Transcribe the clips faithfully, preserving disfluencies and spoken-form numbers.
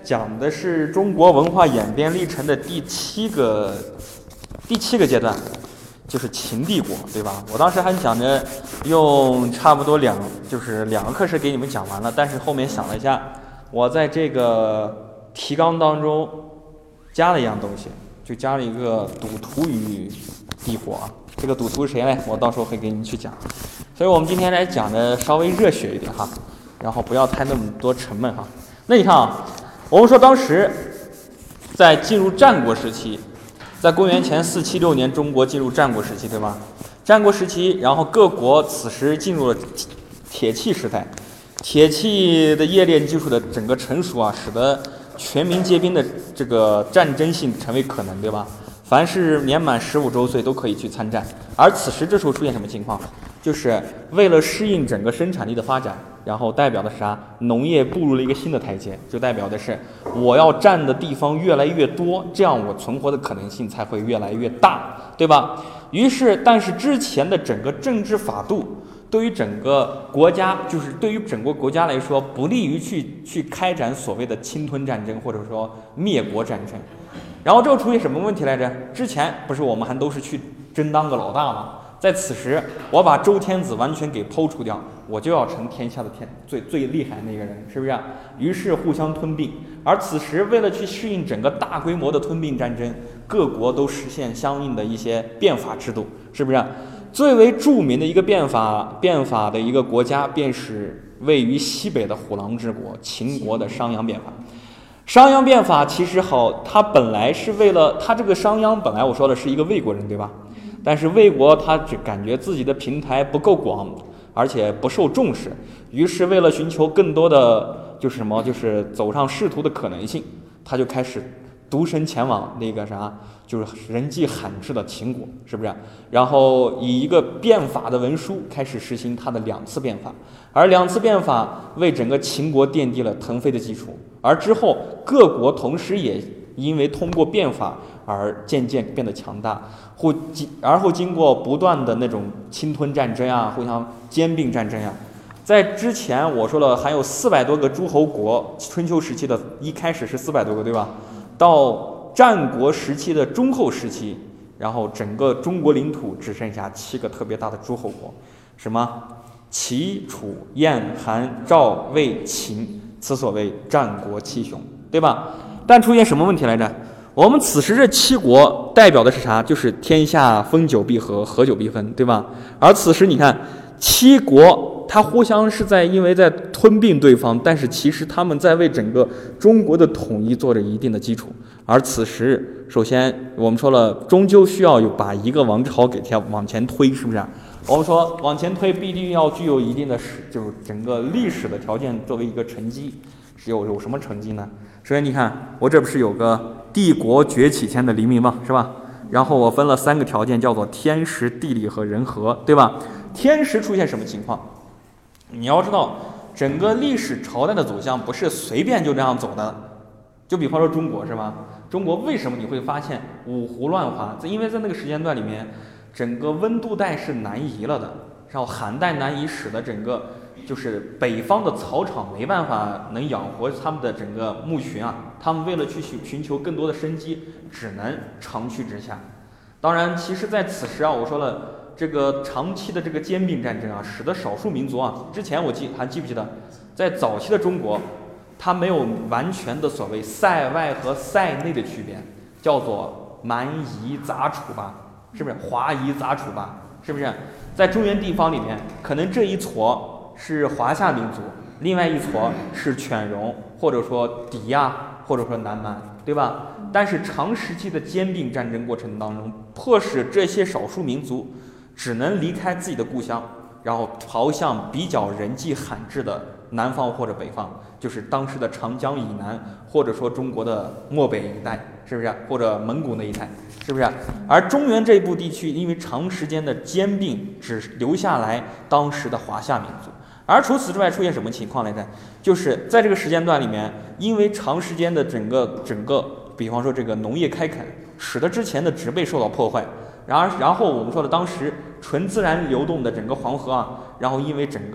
讲的是中国文化演变历程的第七个第七个阶段，就是秦帝国，对吧？我当时还想着用差不多两就是两个课时给你们讲完了，但是后面想了一下，我在这个提纲当中加了一样东西，就加了一个赌徒与帝国啊。这个赌徒是谁呢？我到时候会给你们去讲。所以我们今天来讲的稍微热血一点哈，然后不要太那么多沉闷哈。那你看啊，我们说当时在进入战国时期，在公元前四七六年，中国进入战国时期，对吧？战国时期，然后各国此时进入了铁器时代，铁器的冶炼技术的整个成熟啊，使得全民皆兵的这个战争性成为可能，对吧？凡是年满十五周岁都可以去参战。而此时这时候出现什么情况？就是为了适应整个生产力的发展，然后代表的是啥？农业步入了一个新的台阶，就代表的是我要占的地方越来越多，这样我存活的可能性才会越来越大，对吧？于是，但是之前的整个政治法度对于整个国家，就是对于整个国家来说，不利于去去开展所谓的侵吞战争或者说灭国战争。然后这个出现什么问题来着？之前不是我们还都是去争当个老大吗？在此时，我把周天子完全给剖除掉，我就要成天下的天最最厉害那个人，是不是啊？于是互相吞并。而此时，为了去适应整个大规模的吞并战争，各国都实现相应的一些变法制度，是不是啊？最为著名的一个变法变法的一个国家，便是位于西北的虎狼之国秦国的商鞅变法。商鞅变法其实好，他本来是为了他这个商鞅本来我说的是一个魏国人，对吧？但是魏国他只感觉自己的平台不够广，而且不受重视，于是为了寻求更多的就是什么，就是走上仕途的可能性，他就开始独身前往那个啥，就是人迹罕至的秦国，是不是？然后以一个变法的文书开始实行他的两次变法，而两次变法为整个秦国奠定了腾飞的基础。而之后各国同时也因为通过变法而渐渐变得强大，或而后经过不断的那种侵吞战争啊，互相兼并战争啊，在之前我说了还有四百多个诸侯国，春秋时期的一开始是四百多个，对吧？到战国时期的中后时期，然后整个中国领土只剩下七个特别大的诸侯国，什么齐、楚、燕、韩、赵、魏、秦，此所谓战国七雄，对吧？但出现什么问题来着？我们此时这七国代表的是啥？就是天下分久必合，合久必分，对吧？而此时你看七国它互相是在因为在吞并对方，但是其实他们在为整个中国的统一做着一定的基础。而此时首先我们说了，终究需要有把一个王朝给它往前推，是不是？我们说往前推必定要具有一定的史，就是整个历史的条件作为一个成绩。是有有什么成绩呢？首先你看我这不是有个帝国崛起前的黎明吗？是吧？然后我分了三个条件，叫做天时地利和人和，对吧？天时出现什么情况？你要知道整个历史朝代的走向不是随便就这样走的。就比方说中国，是吧？中国为什么你会发现五胡乱华？因为在那个时间段里面，整个温度带是南移了的，然后寒带南移，使得整个就是北方的草场没办法能养活他们的整个牧群啊，他们为了去寻寻求更多的生机，只能长驱直下。当然，其实在此时啊，我说了，这个长期的这个兼并战争啊，使得少数民族啊，之前我记还记不记得，在早期的中国，它没有完全的所谓塞外和塞内的区别，叫做蛮夷杂处吧，是不是？华夷杂处吧，是不是？在中原地方里面，可能这一撮是华夏民族，另外一撮是犬戎，或者说狄亚，或者说南蛮，对吧？但是长时期的兼并战争过程当中，迫使这些少数民族只能离开自己的故乡，然后逃向比较人迹罕至的南方或者北方，就是当时的长江以南，或者说中国的漠北一带，是不是？或者蒙古那一带，是不是？而中原这一部地区，因为长时间的兼并，只留下来当时的华夏民族。而除此之外，出现什么情况来着？就是在这个时间段里面，因为长时间的整个整个，比方说这个农业开垦，使得之前的植被受到破坏。然而，然后我们说的当时纯自然流动的整个黄河啊，然后因为整个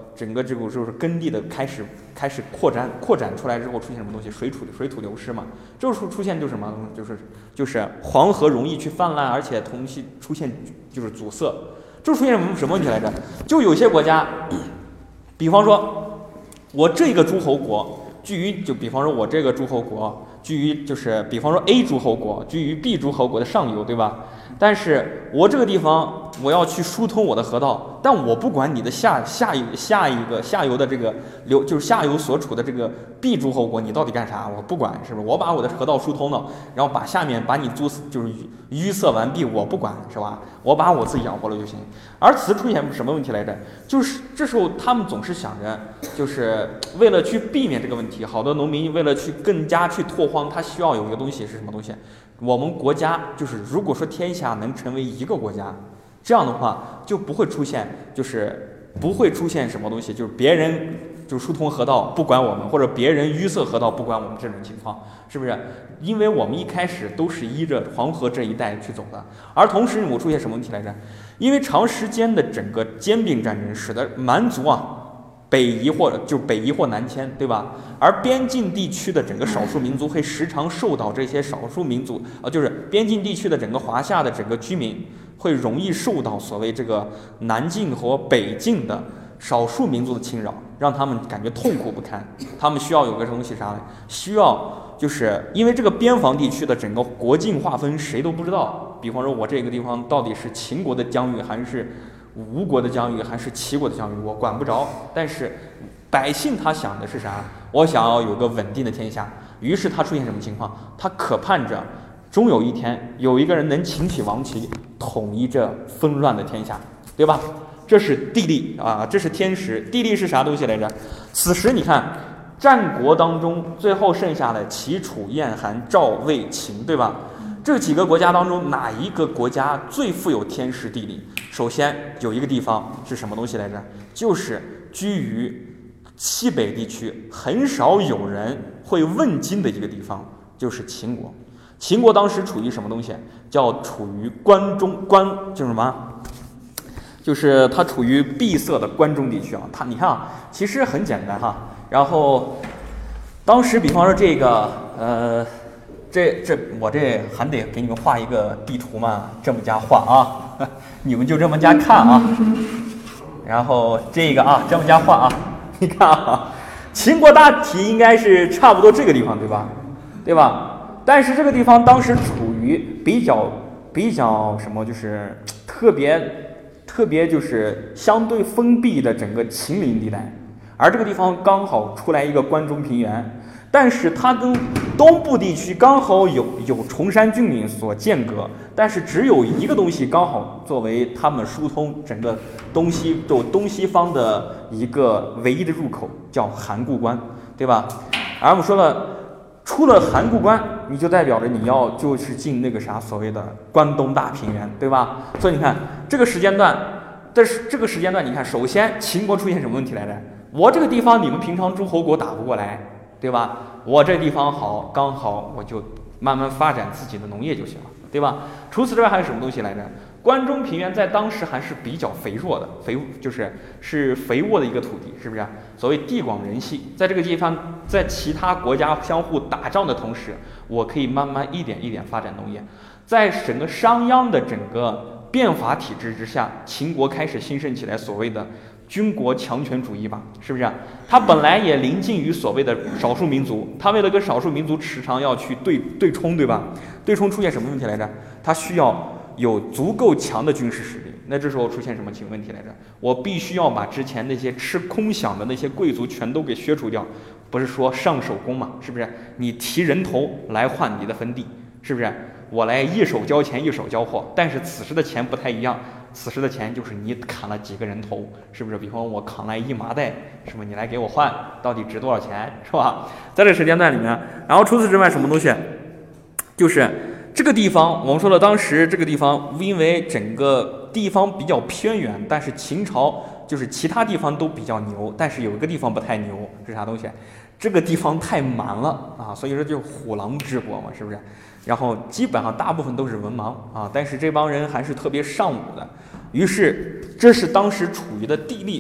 整个这个就是耕地的开始开始扩展扩展出来之后出现什么东西？水土水土流失嘛，这时候出现就是什么？就是就是黄河容易去泛滥，而且同时出现就是阻塞。这出现什么什么问题来着？就有些国家，比方说我这个诸侯国居于就比方说我这个诸侯国居于就是比方说 A 诸侯国居于 B 诸侯国的上游，对吧？但是我这个地方我要去疏通我的河道，但我不管你的下下一下一个下游的这个流，就是下游所处的这个 B 诸侯国，你到底干啥？我不管，是不是？我把我的河道疏通了，然后把下面把你阻就是淤塞完毕，我不管，是吧？我把我自己养活了就行。而此出现什么问题来着？就是这时候他们总是想着，就是为了去避免这个问题，好多农民为了去更加去拓荒，他需要有一个东西是什么东西？我们国家就是如果说天下能成为一个国家，这样的话就不会出现就是不会出现什么东西，就是别人就疏通河道不管我们，或者别人淤塞河道不管我们这种情况，是不是？因为我们一开始都是依着黄河这一带去走的，而同时我出现什么问题来着？因为长时间的整个兼并战争，使得蛮族啊北移或就北移或南迁，对吧？而边境地区的整个少数民族会时常受到这些少数民族啊，就是边境地区的整个华夏的整个居民会容易受到所谓这个南境和北境的少数民族的侵扰，让他们感觉痛苦不堪。他们需要有个东西啥呢？需要就是因为这个边防地区的整个国境划分谁都不知道，比方说我这个地方到底是秦国的疆域还是吴国的疆域还是齐国的疆域，我管不着。但是百姓他想的是啥？我想要有个稳定的天下。于是他出现什么情况？他渴盼着终有一天有一个人能擎起王旗，统一这纷乱的天下，对吧？这是地利啊，这是天时。地利是啥东西来着？此时你看战国当中最后剩下的齐楚燕韩赵魏秦，对吧？这几个国家当中哪一个国家最富有天时地利？首先有一个地方是什么东西来着？就是居于西北地区很少有人会问津的一个地方，就是秦国。秦国当时处于什么东西？叫处于关中关，就是什么？就是它处于闭塞的关中地区啊。它你看啊，其实很简单哈。然后当时比方说这个呃。这这我这还得给你们画一个地图嘛，这么加画啊，你们就这么加看啊。然后这个啊，这么加画啊，你看啊，秦国大体应该是差不多这个地方，对吧？对吧？但是这个地方当时处于比较比较什么，就是特别特别就是相对封闭的整个秦岭地带，而这个地方刚好出来一个关中平原。但是它跟东部地区刚好有有崇山峻岭所间隔，但是只有一个东西刚好作为他们疏通整个东西就东西方的一个唯一的入口，叫函谷关，对吧？而我们说了，出了函谷关，你就代表着你要就是进那个啥所谓的关东大平原，对吧？所以你看这个时间段，但是这个时间段，你看，首先秦国出现什么问题来着？我这个地方你们平常诸侯国打不过来。对吧？我这地方好，刚好我就慢慢发展自己的农业就行了，对吧？除此之外还有什么东西来着？关中平原在当时还是比较肥沃的，肥就是是肥沃的一个土地，是不是？所谓地广人稀，在这个地方，在其他国家相互打仗的同时，我可以慢慢一点一点发展农业。在整个商鞅的整个变法体制之下，秦国开始兴盛起来所谓的军国强权主义吧，是不是？他本来也临近于所谓的少数民族，他为了跟少数民族时常要去对对冲，对吧？对冲出现什么问题来着？他需要有足够强的军事实力。那这时候出现什么问题来着？我必须要把之前那些吃空饷的那些贵族全都给削除掉，不是说上手工嘛？是不是？你提人头来换你的分地，是不是？我来一手交钱一手交货，但是此时的钱不太一样。此时的钱就是你砍了几个人头，是不是？比方我扛来一麻袋，是不是？你来给我换，到底值多少钱，是吧？在这个时间段里面，然后除此之外，什么东西？就是这个地方，我们说了，当时这个地方因为整个地方比较偏远，但是秦朝就是其他地方都比较牛，但是有一个地方不太牛，是啥东西？这个地方太蛮了啊，所以说就虎狼之国嘛，是不是？然后基本上大部分都是文盲啊，但是这帮人还是特别尚武的。于是这是当时处于的地利。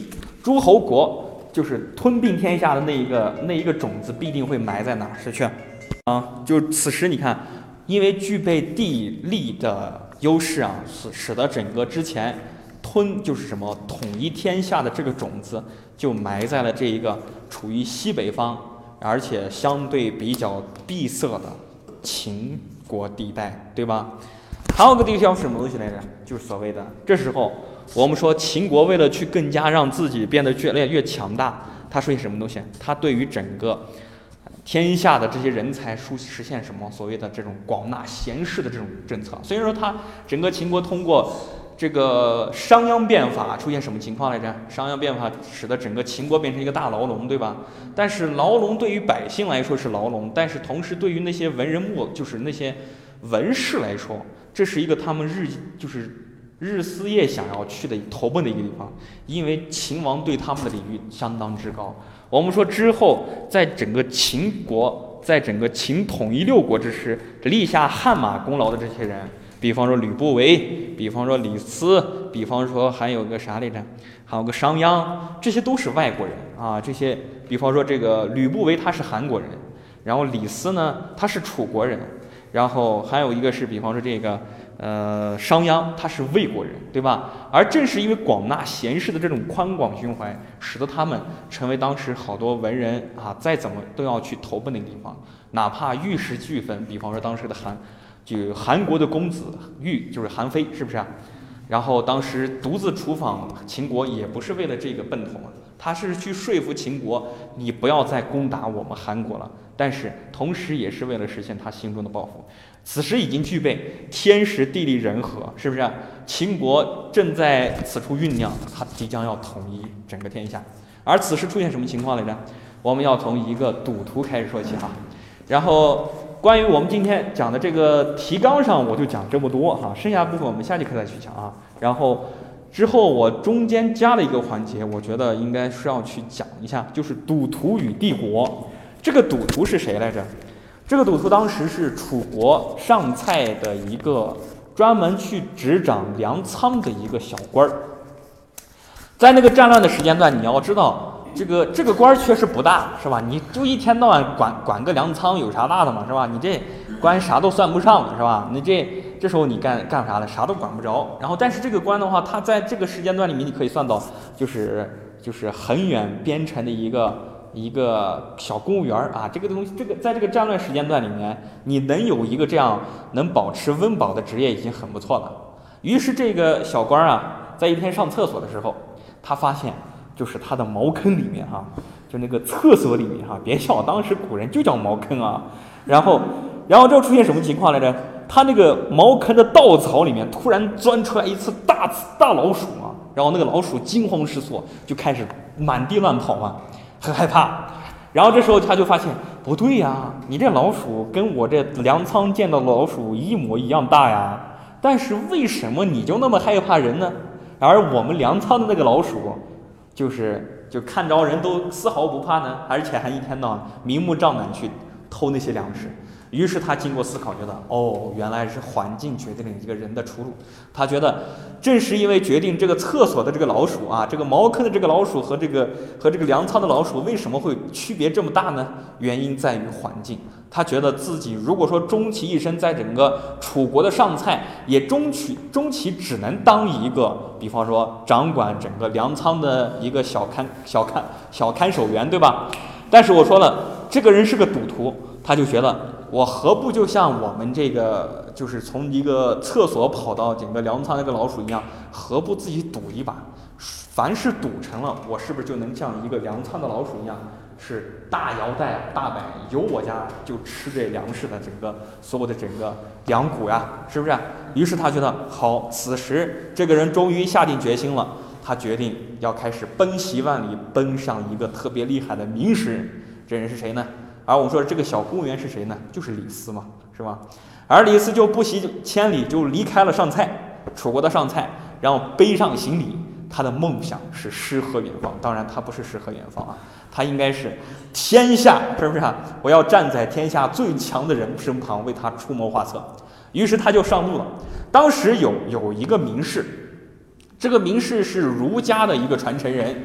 诸侯国就是吞并天下的那一个那一个种子必定会埋在哪时去啊？就此时你看，因为具备地利的优势啊，使使得整个之前吞就是什么统一天下的这个种子就埋在了这一个处于西北方，而且相对比较闭塞的秦国地带，对吧？还有个地方是什么东西来着？就是所谓的这时候我们说秦国为了去更加让自己变得越来越强大，他说些什么东西？他对于整个天下的这些人才实实现什么所谓的这种广纳贤士的这种政策。所以说他整个秦国通过这个商鞅变法出现什么情况来着？商鞅变法使得整个秦国变成一个大牢笼，对吧？但是牢笼对于百姓来说是牢笼，但是同时对于那些文人墨，就是那些文士来说，这是一个他们日就是日思夜想要去的投奔的一个地方，因为秦王对他们的礼遇相当之高。我们说之后，在整个秦国，在整个秦统一六国之时，立下汗马功劳的这些人，比方说吕不韦，比方说李斯，比方说还有个啥来着，还有个商鞅，这些都是外国人啊。这些，比方说这个吕不韦他是韩国人，然后李斯呢他是楚国人，然后还有一个是比方说这个呃商鞅他是魏国人，对吧？而正是因为广纳贤士的这种宽广胸怀，使得他们成为当时好多文人啊，再怎么都要去投奔那个地方，哪怕玉石俱焚，比方说当时的韩。就韩国的公子玉就是韩非，是不是啊？然后当时独自出访秦国，也不是为了这个奔头啊，他是去说服秦国，你不要再攻打我们韩国了。但是同时也是为了实现他心中的抱负。此时已经具备天时地利人和，是不是啊？秦国正在此处酝酿，他即将要统一整个天下。而此时出现什么情况来着？我们要从一个赌徒开始说起哈，然后。关于我们今天讲的这个提纲上，我就讲这么多哈，剩下部分我们下节课再去讲啊。然后之后我中间加了一个环节，我觉得应该是要去讲一下，就是赌徒与帝国。这个赌徒是谁来着？这个赌徒当时是楚国上蔡的一个专门去执掌粮仓的一个小官儿。在那个战乱的时间段，你要知道。这个这个官确实不大，是吧？你就一天到晚管管个粮仓，有啥大的嘛，是吧？你这官啥都算不上，是吧？你这这时候你干干啥呢？啥都管不着。然后，但是这个官的话，他在这个时间段里面，你可以算到就是就是很远边城的一个一个小公务员啊。这个东西，这个在这个战乱时间段里面，你能有一个这样能保持温饱的职业已经很不错了。于是这个小官啊，在一天上厕所的时候，他发现。就是他的茅坑里面哈、啊，就那个厕所里面哈、啊，别笑，当时古人就叫茅坑啊。然后，然后这出现什么情况来着？他那个茅坑的稻草里面突然钻出来一次大大老鼠啊，然后那个老鼠惊慌失措，就开始满地乱跑啊，很害怕。然后这时候他就发现不对呀，你这老鼠跟我这粮仓见到的老鼠一模一样大呀，但是为什么你就那么害怕人呢？而我们粮仓的那个老鼠。就是就看着人都丝毫不怕呢，而且还一天到晚明目张胆去偷那些粮食。于是他经过思考，觉得哦，原来是环境决定了一个人的出路。他觉得正是因为决定这个厕所的这个老鼠啊，这个茅坑的这个老鼠和这个和这个粮仓的老鼠为什么会区别这么大呢？原因在于环境。他觉得自己如果说终其一生在整个楚国的上蔡，也终其终其只能当一个，比方说掌管整个粮仓的一个小看小看小看守员，对吧？但是我说了，这个人是个赌徒，他就觉得我何不就像我们这个就是从一个厕所跑到整个粮仓那个老鼠一样，何不自己赌一把？凡是赌成了，我是不是就能像一个粮仓的老鼠一样？是大摇大大摆，由我家就吃这粮食的整个所有的整个粮谷呀，是不是？于是他觉得好，此时这个人终于下定决心了，他决定要开始奔袭万里，奔上一个特别厉害的名士人。这人是谁呢？而我们说这个小公务员是谁呢？就是李斯嘛，是吧？而李斯就不惜千里就离开了上蔡，楚国的上蔡，然后背上行李。他的梦想是诗和远方，当然他不是诗和远方啊，他应该是天下，是不是啊？我要站在天下最强的人身旁，为他出谋划策。于是他就上路了。当时有有一个名士，这个名士是儒家的一个传承人，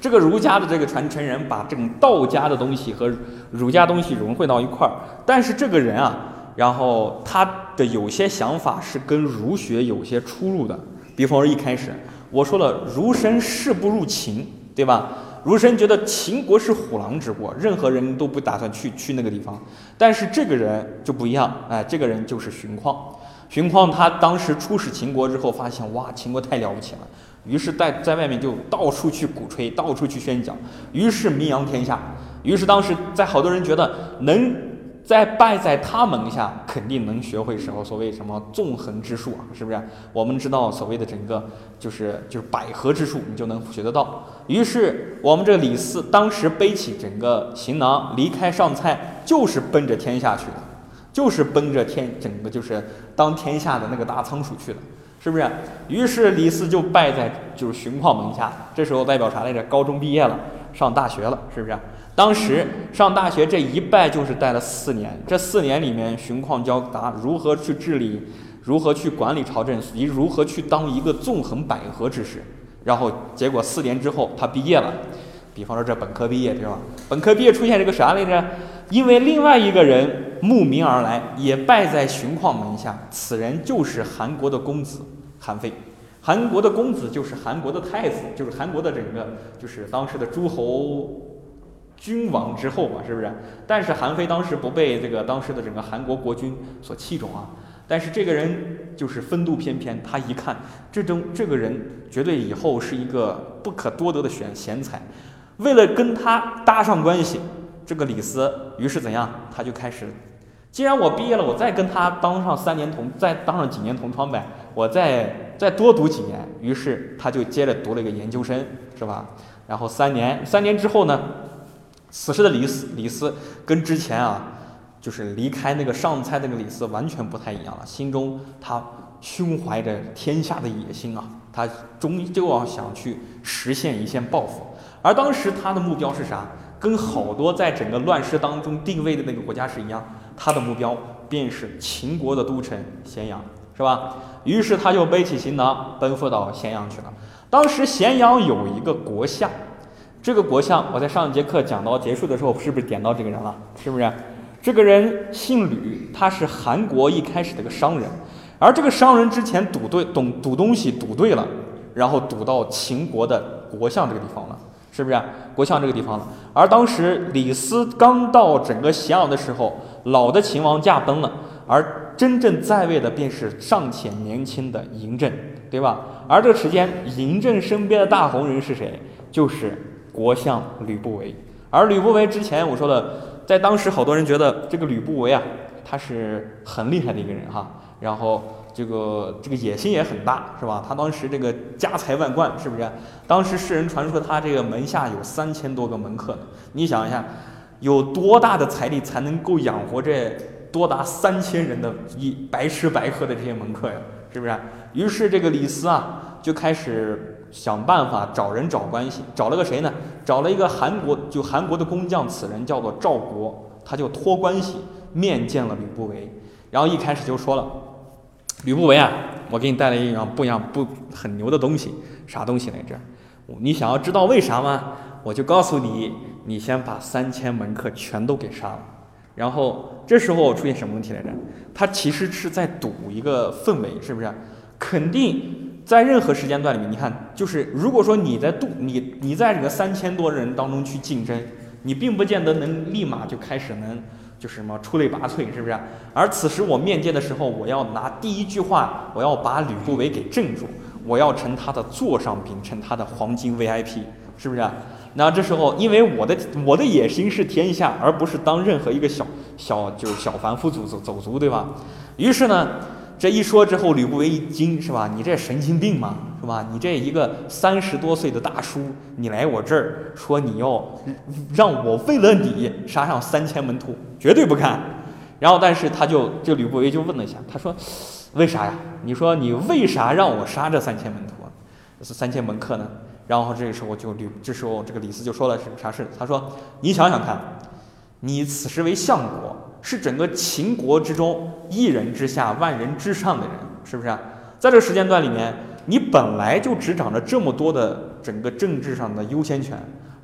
这个儒家的这个传承人把这种道家的东西和儒家东西融汇到一块儿，但是这个人啊，然后他的有些想法是跟儒学有些出入的。比方说一开始我说了，儒生誓不入秦，对吧？儒生觉得秦国是虎狼之国，任何人都不打算去去那个地方。但是这个人就不一样，哎，这个人就是荀况。荀况他当时出使秦国之后，发现哇，秦国太了不起了，于是在在外面就到处去鼓吹，到处去宣讲，于是名扬天下。于是当时在好多人觉得能在拜在他门下，肯定能学会什么所谓什么纵横之术啊，是不是？我们知道所谓的整个就是就是百合之术，你就能学得到。于是我们这个李斯当时背起整个行囊离开上蔡，就是奔着天下去的，就是奔着天整个就是当天下的那个大仓鼠去的，是不是？于是李斯就拜在就是荀况门下，这时候代表啥来着？高中毕业了，上大学了，是不是？当时上大学这一拜就是待了四年，这四年里面荀况教达如何去治理，如何去管理朝政，以及如何去当一个纵横捭阖之士。然后结果四年之后他毕业了，比方说这本科毕业，对吧？本科毕业出现这个啥来着？因为另外一个人慕名而来，也拜在荀况门下，此人就是韩国的公子韩非。韩国的公子就是韩国的太子，就是韩国的整个就是当时的诸侯君王之后嘛，是不是？但是韩非当时不被这个当时的整个韩国国君所器重啊。但是这个人就是风度翩翩，他一看这种这个人绝对以后是一个不可多得的选贤才。为了跟他搭上关系，这个李斯于是怎样？他就开始，既然我毕业了，我再跟他当上三年同，再当上几年同窗呗，我再再多读几年。于是他就接着读了一个研究生，是吧？然后三年，三年之后呢？此时的李斯，李斯跟之前啊，就是离开那个上蔡那个李斯完全不太一样了。心中他胸怀着天下的野心啊，他终究要想去实现一线抱负。而当时他的目标是啥？跟好多在整个乱世当中定位的那个国家是一样，他的目标便是秦国的都城咸阳，是吧？于是他就背起行囊奔赴到咸阳去了。当时咸阳有一个国相。这个国相，我在上一节课讲到结束的时候，是不是点到这个人了？是不是？这个人姓吕，他是韩国一开始的一个商人，而这个商人之前赌对赌赌东西赌对了，然后赌到秦国的国相这个地方了，是不是？国相这个地方了。而当时李斯刚到整个咸阳的时候，老的秦王驾崩了，而真正在位的便是尚且年轻的嬴政，对吧？而这个时间，嬴政身边的大红人是谁？就是国相吕不韦。而吕不韦之前我说了，在当时好多人觉得这个吕不韦啊，他是很厉害的一个人哈，然后这个这个野心也很大，是吧？他当时这个家财万贯，是不是？当时世人传说他这个门下有三千多个门客呢。你想一下，有多大的财力才能够养活这多达三千人的一白吃白喝的这些门客呀？是不是？于是这个李斯啊，就开始想办法找人找关系，找了个谁呢？找了一个韩国，就韩国的工匠，此人叫做赵国，他就托关系面见了吕不韦，然后一开始就说了，吕不韦啊，我给你带来一样不一样不很牛的东西，啥东西来着？你想要知道为啥吗？我就告诉你，你先把三千门客全都给杀了。然后这时候出现什么问题来着？他其实是在赌一个氛围，是不是？肯定在任何时间段里面，你看，就是如果说你在赌，你你在这个三千多人当中去竞争，你并不见得能立马就开始能就是什么出类拔萃，是不是？而此时我面见的时候，我要拿第一句话，我要把吕不韦给镇住，我要成他的座上宾，成他的黄金 V I P， 是不是？那这时候，因为我的我的野心是天下，而不是当任何一个小小就是小凡夫走走走卒，对吧？于是呢，这一说之后，吕不韦一惊，是吧？你这神经病嘛，是吧？你这一个三十多岁的大叔，你来我这儿说你要让我为了你杀上三千门徒，绝对不干。然后，但是他就这吕不韦就问了一下，他说：“为啥呀？你说你为啥让我杀这三千门徒啊？是三千门客呢？”然后这个时候就吕，这时候这个李斯就说了是啥事？他说：“你想想看，你此时为相国，是整个秦国之中一人之下万人之上的人，是不是？在这个时间段里面，你本来就执掌着这么多的整个政治上的优先权，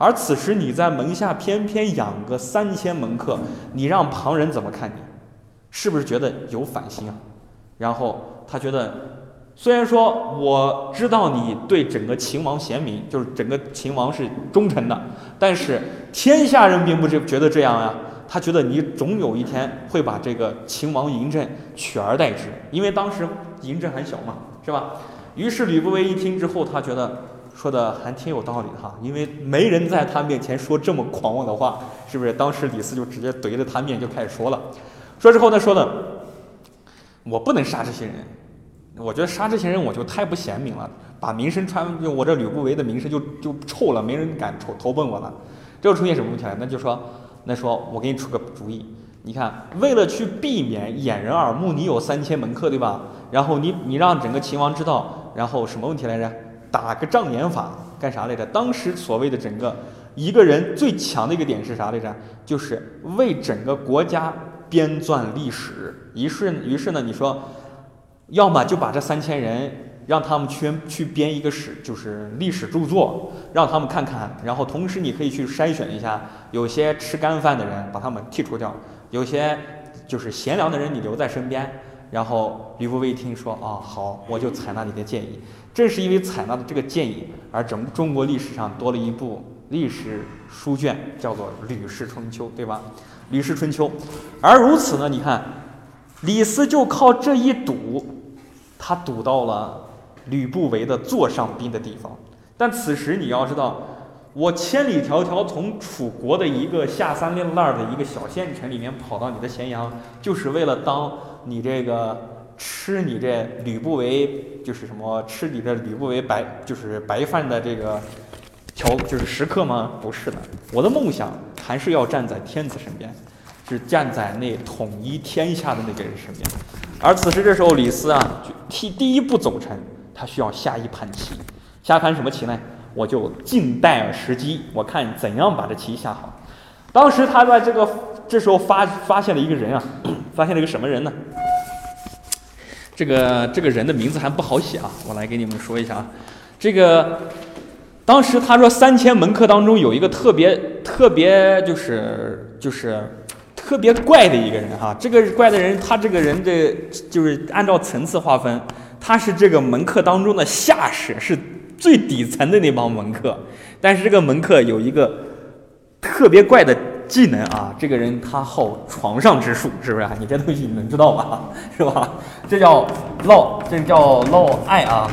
而此时你在门下偏偏养个三千门客，你让旁人怎么看你？是不是觉得有反心啊？然后他觉得，虽然说我知道你对整个秦王贤明，就是整个秦王是忠诚的，但是天下人并不是觉得这样呀。他觉得你总有一天会把这个秦王嬴政取而代之，因为当时嬴政还小嘛，是吧？于是吕不韦一听之后，他觉得说的还挺有道理的哈，因为没人在他面前说这么狂妄的话，是不是？当时李斯就直接怼着他面就开始说了，说之后呢，说的我不能杀这些人，我觉得杀这些人我就太不贤明了，把名声传，我这吕不韦的名声就就臭了，没人敢投投奔我了。这又出现什么问题了？那就说，那说我给你出个主意，你看，为了去避免掩人耳目，你有三千门客，对吧？然后你你让整个秦王知道，然后什么问题来着？打个障眼法，干啥来着？当时所谓的整个一个人最强的一个点是啥来着？就是为整个国家编撰历史。于是于是呢，你说，要么就把这三千人让他们去去编一个史，就是历史著作，让他们看看。然后同时你可以去筛选一下，有些吃干饭的人把他们剔除掉，有些就是贤良的人你留在身边。然后吕不韦一听说，啊，好，我就采纳你的建议。正是因为采纳的这个建议，而整中国历史上多了一部历史书卷，叫做《吕氏春秋》，对吧？《吕氏春秋》。而如此呢，你看，李斯就靠这一赌，他赌到了吕不韦的座上宾的地方。但此时你要知道，我千里迢迢从楚国的一个下三滥的一个小县城里面跑到你的咸阳，就是为了当你这个吃你这吕不韦，就是什么吃你这吕不韦白就是白饭的这个调就是食客吗？不是的，我的梦想还是要站在天子身边，是站在那统一天下的那个人身边。而此时这时候李斯啊，第第一步走成，他需要下一盘棋。下一盘什么棋呢？我就静待时机，我看怎样把这棋下好。当时他在这个这时候发发现了一个人啊，发现了一个什么人呢？这个这个人的名字还不好写啊，我来给你们说一下啊。这个当时他说三千门客当中有一个特别特别就是就是特别怪的一个人哈，这个怪的人，他这个人的就是按照层次划分，他是这个门客当中的下士，是最底层的那帮门客。但是这个门客有一个特别怪的技能啊，这个人他好床上之术，是不是？你这东西你能知道吧？是吧？这叫嫪，这叫嫪毐啊，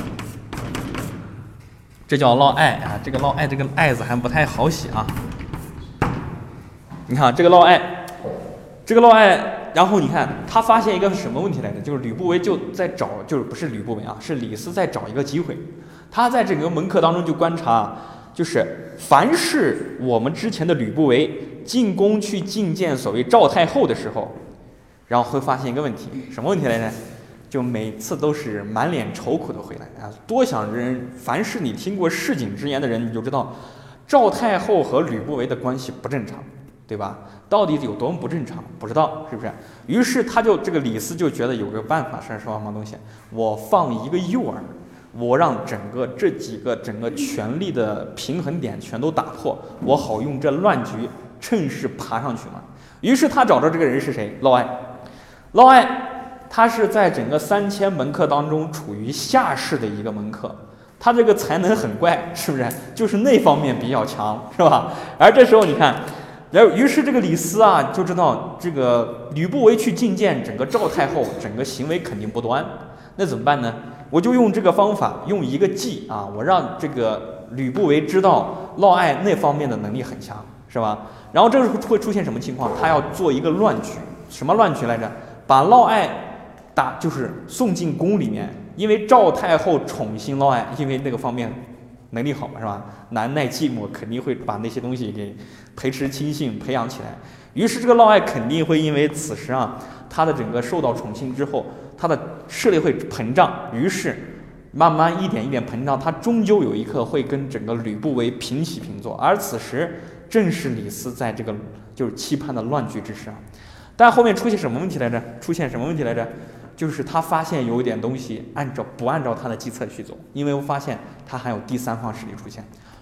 这叫嫪毐啊。这个嫪毐这个毐字还不太好写啊。你看这个嫪毐，这个嫪毐，然后你看他发现一个什么问题来着？就是吕不韦就在找，就是不是吕不韦啊，是李斯在找一个机会。他在整个门客当中就观察，就是凡是我们之前的吕不韦进宫去觐见所谓赵太后的时候，然后会发现一个问题，什么问题来着？就每次都是满脸愁苦的回来啊！多想之人，凡是你听过市井之言的人，你就知道赵太后和吕不韦的关系不正常，对吧？到底有多么不正常，不知道是不是？于是他就这个李斯就觉得有个办法是什么东西？我放一个诱饵。我让整个这几个整个权力的平衡点全都打破，我好用这乱局趁势爬上去嘛。于是他找着这个人是谁？嫪毐。嫪毐他是在整个三千门客当中处于下士的一个门客，他这个才能很怪，是不是？就是那方面比较强，是吧？而这时候你看，然后于是这个李斯啊就知道这个吕不韦去觐见整个赵太后，整个行为肯定不端，那怎么办呢？我就用这个方法，用一个计啊，我让这个吕不韦知道嫪毐那方面的能力很强，是吧？然后这时候会出现什么情况？他要做一个乱局，什么乱局来着？把嫪毐打，就是送进宫里面，因为赵太后宠幸嫪毐，因为那个方面能力好嘛，是吧？难耐寂寞，肯定会把那些东西给培植亲信，培养起来。于是这个嫪毐肯定会因为此时啊，他的整个受到宠幸之后，他的势力会膨胀，于是慢慢一点一点膨胀，他终究有一刻会跟整个吕不韦平起平坐。而此时正是李斯在这个就是期盼的乱局之时啊。但后面出现什么问题来着？出现什么问题来着？就是他发现有一点东西按照不按照他的计策去走，因为我发现他还有第三方势力出现。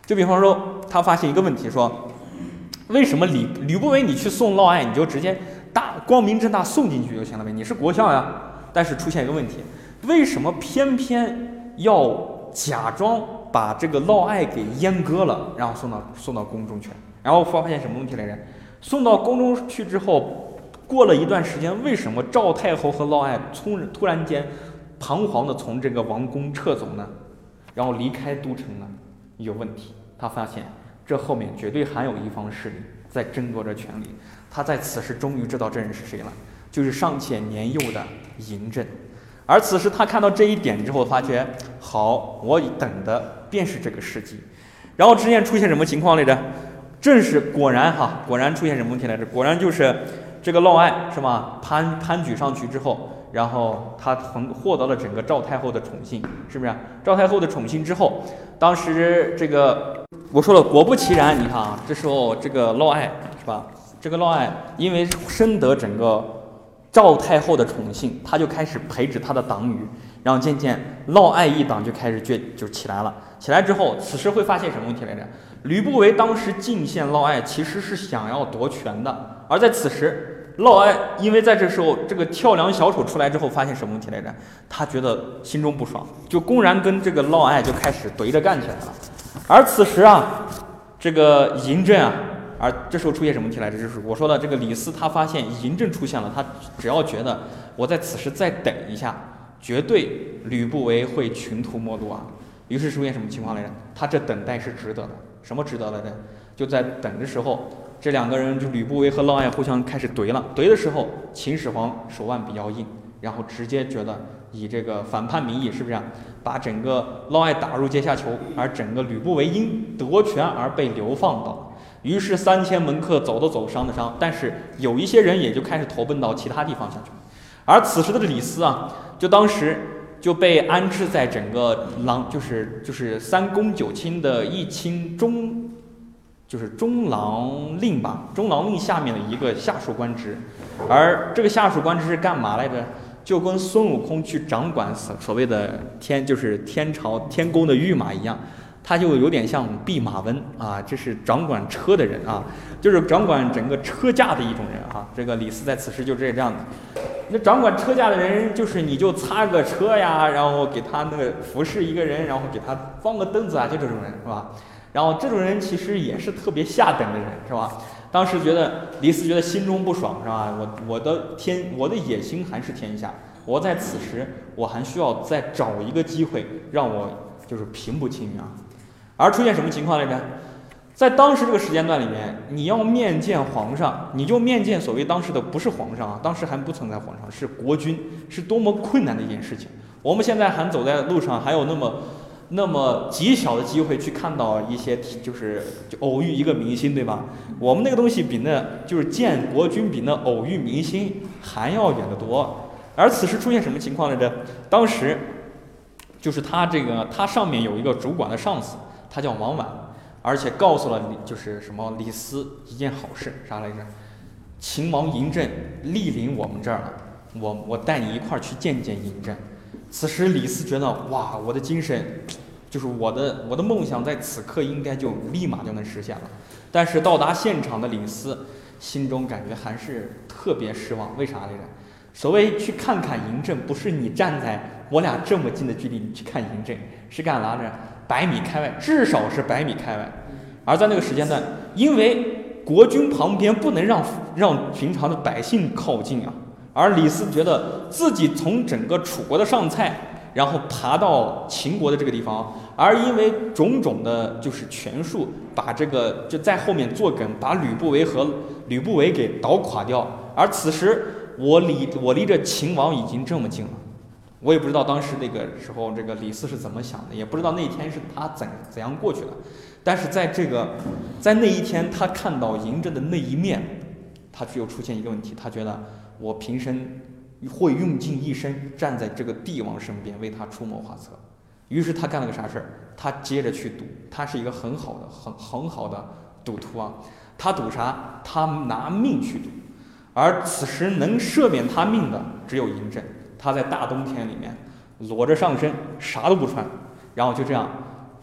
就比方说，他发现一个问题，说为什么吕吕不韦你去送嫪毐，你就直接大光明正大送进去就行了呗？你是国相呀。但是出现一个问题，为什么偏偏要假装把这个嫪毐给阉割了，然后送到送到宫中去？然后发现什么问题来着？送到宫中去之后，过了一段时间，为什么赵太后和嫪毐突突然间彷徨的从这个王宫撤走呢？然后离开都城呢？有问题。他发现这后面绝对还有一方势力在争夺着权力。他在此时终于知道这人是谁了，就是尚且年幼的嬴政。而此时他看到这一点之后，发觉好，我等的便是这个时机。然后之前出现什么情况来着？正是果然哈，果然出现什么问题来着？果然就是这个嫪毐是吧？攀攀举上去之后，然后他获得了整个赵太后的宠幸，是不是？赵太后的宠幸之后，当时这个我说了，果不其然，你看啊，这时候这个嫪毐是吧？这个嫪毐因为深得整个赵太后的宠幸，他就开始培植他的党羽，然后渐渐嫪毐一党就开始崛就起来了。起来之后，此时会发现什么问题来着？吕不韦当时进献嫪毐，其实是想要夺权的，而在此时，嫪毐因为在这时候这个跳梁小丑出来之后，发现什么问题来着？他觉得心中不爽，就公然跟这个嫪毐就开始怼着干起来了。而此时啊，这个嬴政啊，而这时候出现什么问题来着？就是我说的这个李斯，他发现嬴政出现了，他只要觉得我在此时再等一下，绝对吕不韦会穷途末路啊。于是出现什么情况来着？他这等待是值得的。什么值得来着？就在等的时候，这两个人就吕不韦和嫪毐互相开始怼了。怼的时候，秦始皇手腕比较硬，然后直接觉得以这个反叛名义，是不是啊，把整个嫪毐打入阶下囚，而整个吕不韦因夺权而被流放到。于是三千门客走的走，伤的伤，但是有一些人也就开始投奔到其他地方下去了。而此时的李斯啊，就当时就被安置在整个郎，就是就是三公九卿的一卿中，就是中郎令吧，中郎令下面的一个下属官职。而这个下属官职是干嘛来着？就跟孙悟空去掌管所所谓的天，就是天朝天宫的御马一样。他就有点像弼马温啊，这是掌管车的人啊，就是掌管整个车驾的一种人啊。这个李斯在此时就这样的。那掌管车驾的人，就是你就擦个车呀，然后给他那个服侍一个人，然后给他放个凳子啊，就这种人是吧？然后这种人其实也是特别下等的人是吧？当时觉得李斯觉得心中不爽是吧？我我的天，我的野心还是天下，我在此时我还需要再找一个机会让我就是平步青云啊。而出现什么情况来着？在当时这个时间段里面，你要面见皇上，你就面见所谓当时的不是皇上啊，当时还不存在皇上，是国君，是多么困难的一件事情。我们现在还走在路上，还有那么那么极小的机会去看到一些就是就偶遇一个明星，对吧？我们那个东西比那就是见国君比那偶遇明星还要远得多。而此时出现什么情况来着？当时就是他这个他上面有一个主管的上司。他叫王绾，而且告诉了就是什么李斯一件好事，啥来着？秦王嬴政莅临我们这儿了，我我带你一块儿去见见嬴政。此时李斯觉得哇，我的精神，就是我的我的梦想，在此刻应该就立马就能实现了。但是到达现场的李斯心中感觉还是特别失望，为啥来着？所谓去看看嬴政，不是你站在我俩这么近的距离你去看嬴政，是干啥着？百米开外，至少是百米开外。而在那个时间段，因为国君旁边不能让让平常的百姓靠近啊，而李斯觉得自己从整个楚国的上菜，然后爬到秦国的这个地方，而因为种种的就是权术，把这个就在后面作梗，把吕不韦和吕不韦给捣垮掉。而此时我离我离着秦王已经这么近了。我也不知道当时那个时候这个李斯是怎么想的，也不知道那天是他怎怎样过去的。但是在这个在那一天，他看到嬴政的那一面，他只有出现一个问题，他觉得我平生会用尽一生站在这个帝王身边为他出谋划策。于是他干了个啥事儿？他接着去赌，他是一个很好的很很好的赌徒啊。他赌啥？他拿命去赌。而此时能赦免他命的只有嬴政。他在大冬天里面裸着上身，啥都不穿，然后就这样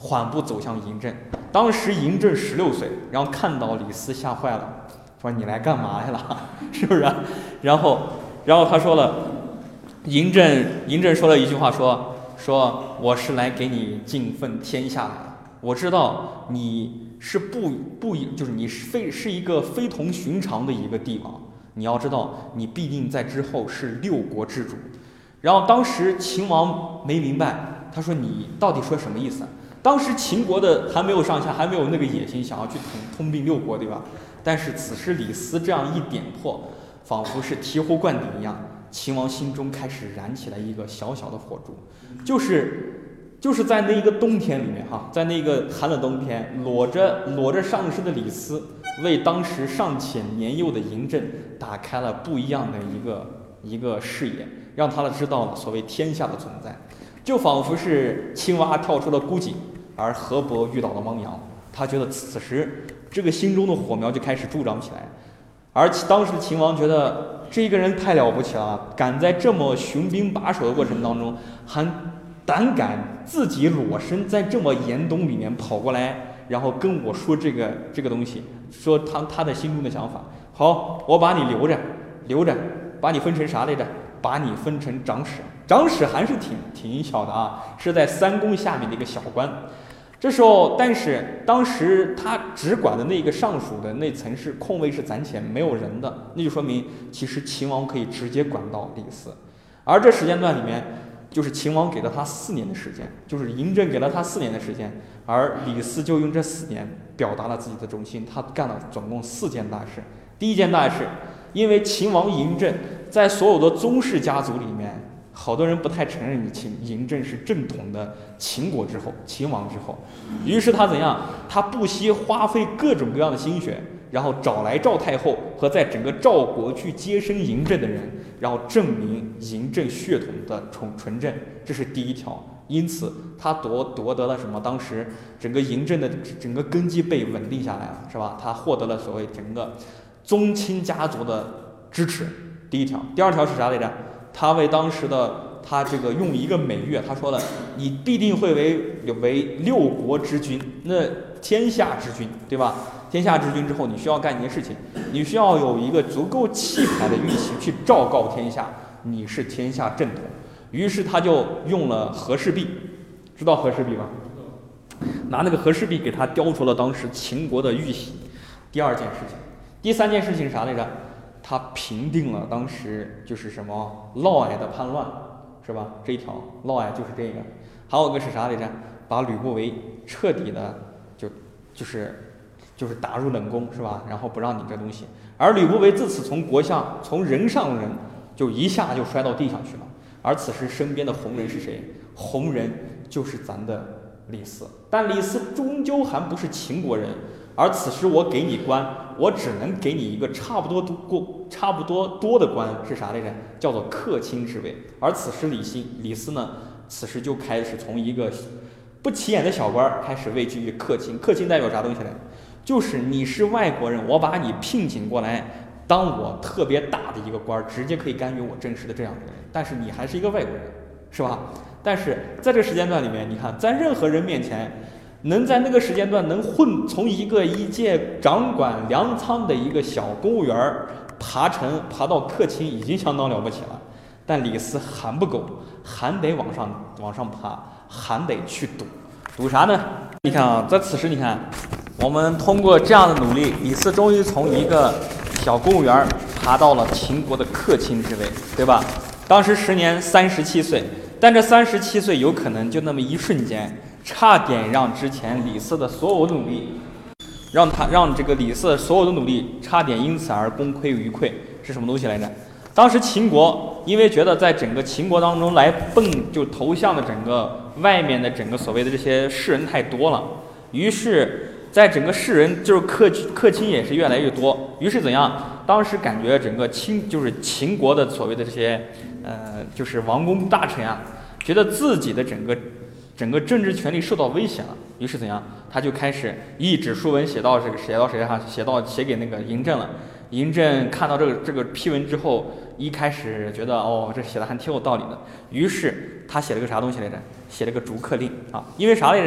缓步走向嬴政。当时嬴政十六岁，然后看到李斯吓坏了，说你来干嘛来了？是不是？然后，然后他说了，嬴政嬴政说了一句话说，说说我是来给你尽奉天下来的。我知道你是不不就是你是非是一个非同寻常的一个帝王，你要知道你必定在之后是六国之主。然后当时秦王没明白，他说你到底说什么意思？当时秦国的还没有上下，还没有那个野心想要去统通并六国，对吧？但是此时李斯这样一点破，仿佛是醍醐灌顶一样，秦王心中开始燃起来一个小小的火烛，就是就是在那一个冬天里面哈，在那个寒冷冬天，裸着裸着上身的李斯，为当时尚且年幼的嬴政打开了不一样的一个一个视野，让他知道了所谓天下的存在，就仿佛是青蛙跳出了孤井，而河伯遇到了汪洋。他觉得此时这个心中的火苗就开始助长起来，而当时的秦王觉得这个人太了不起了，敢在这么雄兵把守的过程当中，还胆敢自己裸身在这么严冬里面跑过来，然后跟我说这个这个东西，说他他的心中的想法。好，我把你留着，留着，把你分成啥来着？把你分成长史。长史还是挺挺小的啊，是在三公下面的一个小官。这时候，但是当时他只管的那个上属的那层是空位是暂且没有人的，那就说明其实秦王可以直接管到李斯。而这时间段里面，就是秦王给了他四年的时间，就是嬴政给了他四年的时间，而李斯就用这四年表达了自己的忠心。他干了总共四件大事。第一件大事，因为秦王嬴政在所有的宗室家族里面，好多人不太承认你秦嬴政是正统的秦国之后，秦王之后。于是他怎样？他不惜花费各种各样的心血，然后找来赵太后和在整个赵国去接生嬴政的人，然后证明嬴政血统的纯纯正，这是第一条。因此他夺夺得了什么？当时整个嬴政的整个根基被稳定下来了，是吧？他获得了所谓整个宗亲家族的支持。第一条。第二条是啥来着？他为当时的他这个用一个美誉，他说了，你必定会为为六国之君，那天下之君，对吧？天下之君之后，你需要干一件事情，你需要有一个足够气派的玉玺去昭告天下，你是天下正统。于是他就用了和氏璧，知道和氏璧吗？拿那个和氏璧给他雕出了当时秦国的玉玺。第二件事情。第三件事情是啥来着？他平定了当时就是什么嫪毐的叛乱，是吧？这一条嫪毐就是这个。还有一个是啥来着？把吕不韦彻底的就就是就是打入冷宫，是吧？然后不让你这东西。而吕不韦自此从国相从人上人就一下就摔到地上去了。而此时身边的红人是谁？红人就是咱的李斯。但李斯终究还不是秦国人。而此时我给你官，我只能给你一个差不多多差不多多的官，是啥来着？叫做客卿之位。而此时李斯李斯呢，此时就开始从一个不起眼的小官开始位居于客卿。客卿代表啥东西来？就是你是外国人，我把你聘请过来，当我特别大的一个官，直接可以干预我政事的这样的人。但是你还是一个外国人，是吧？但是在这个时间段里面，你看，在任何人面前，能在那个时间段能混从一个一介掌管粮仓的一个小公务员爬成爬到客卿，已经相当了不起了。但李斯还不够，还得往上往上爬，还得去赌。赌啥呢？你看啊，在此时你看，我们通过这样的努力，李斯终于从一个小公务员爬到了秦国的客卿之位，对吧？当时时年三十七岁，但这三十七岁有可能就那么一瞬间，差点让之前李斯的所有努力，让他让这个李斯的所有的努力差点因此而功亏一篑。是什么东西来着？当时秦国因为觉得在整个秦国当中来奔就投向的整个外面的整个所谓的这些士人太多了，于是在整个士人就是客客卿也是越来越多，于是怎样？当时感觉整个秦就是秦国的所谓的这些呃就是王公大臣啊，觉得自己的整个整个政治权力受到威胁了，于是怎样？他就开始一纸书文写到这个写到谁上，写到写给那个嬴政了。嬴政看到这个这个批文之后，一开始觉得哦，这写的还挺有道理的，于是他写了个啥东西来着？写了个逐客令啊，因为啥来着？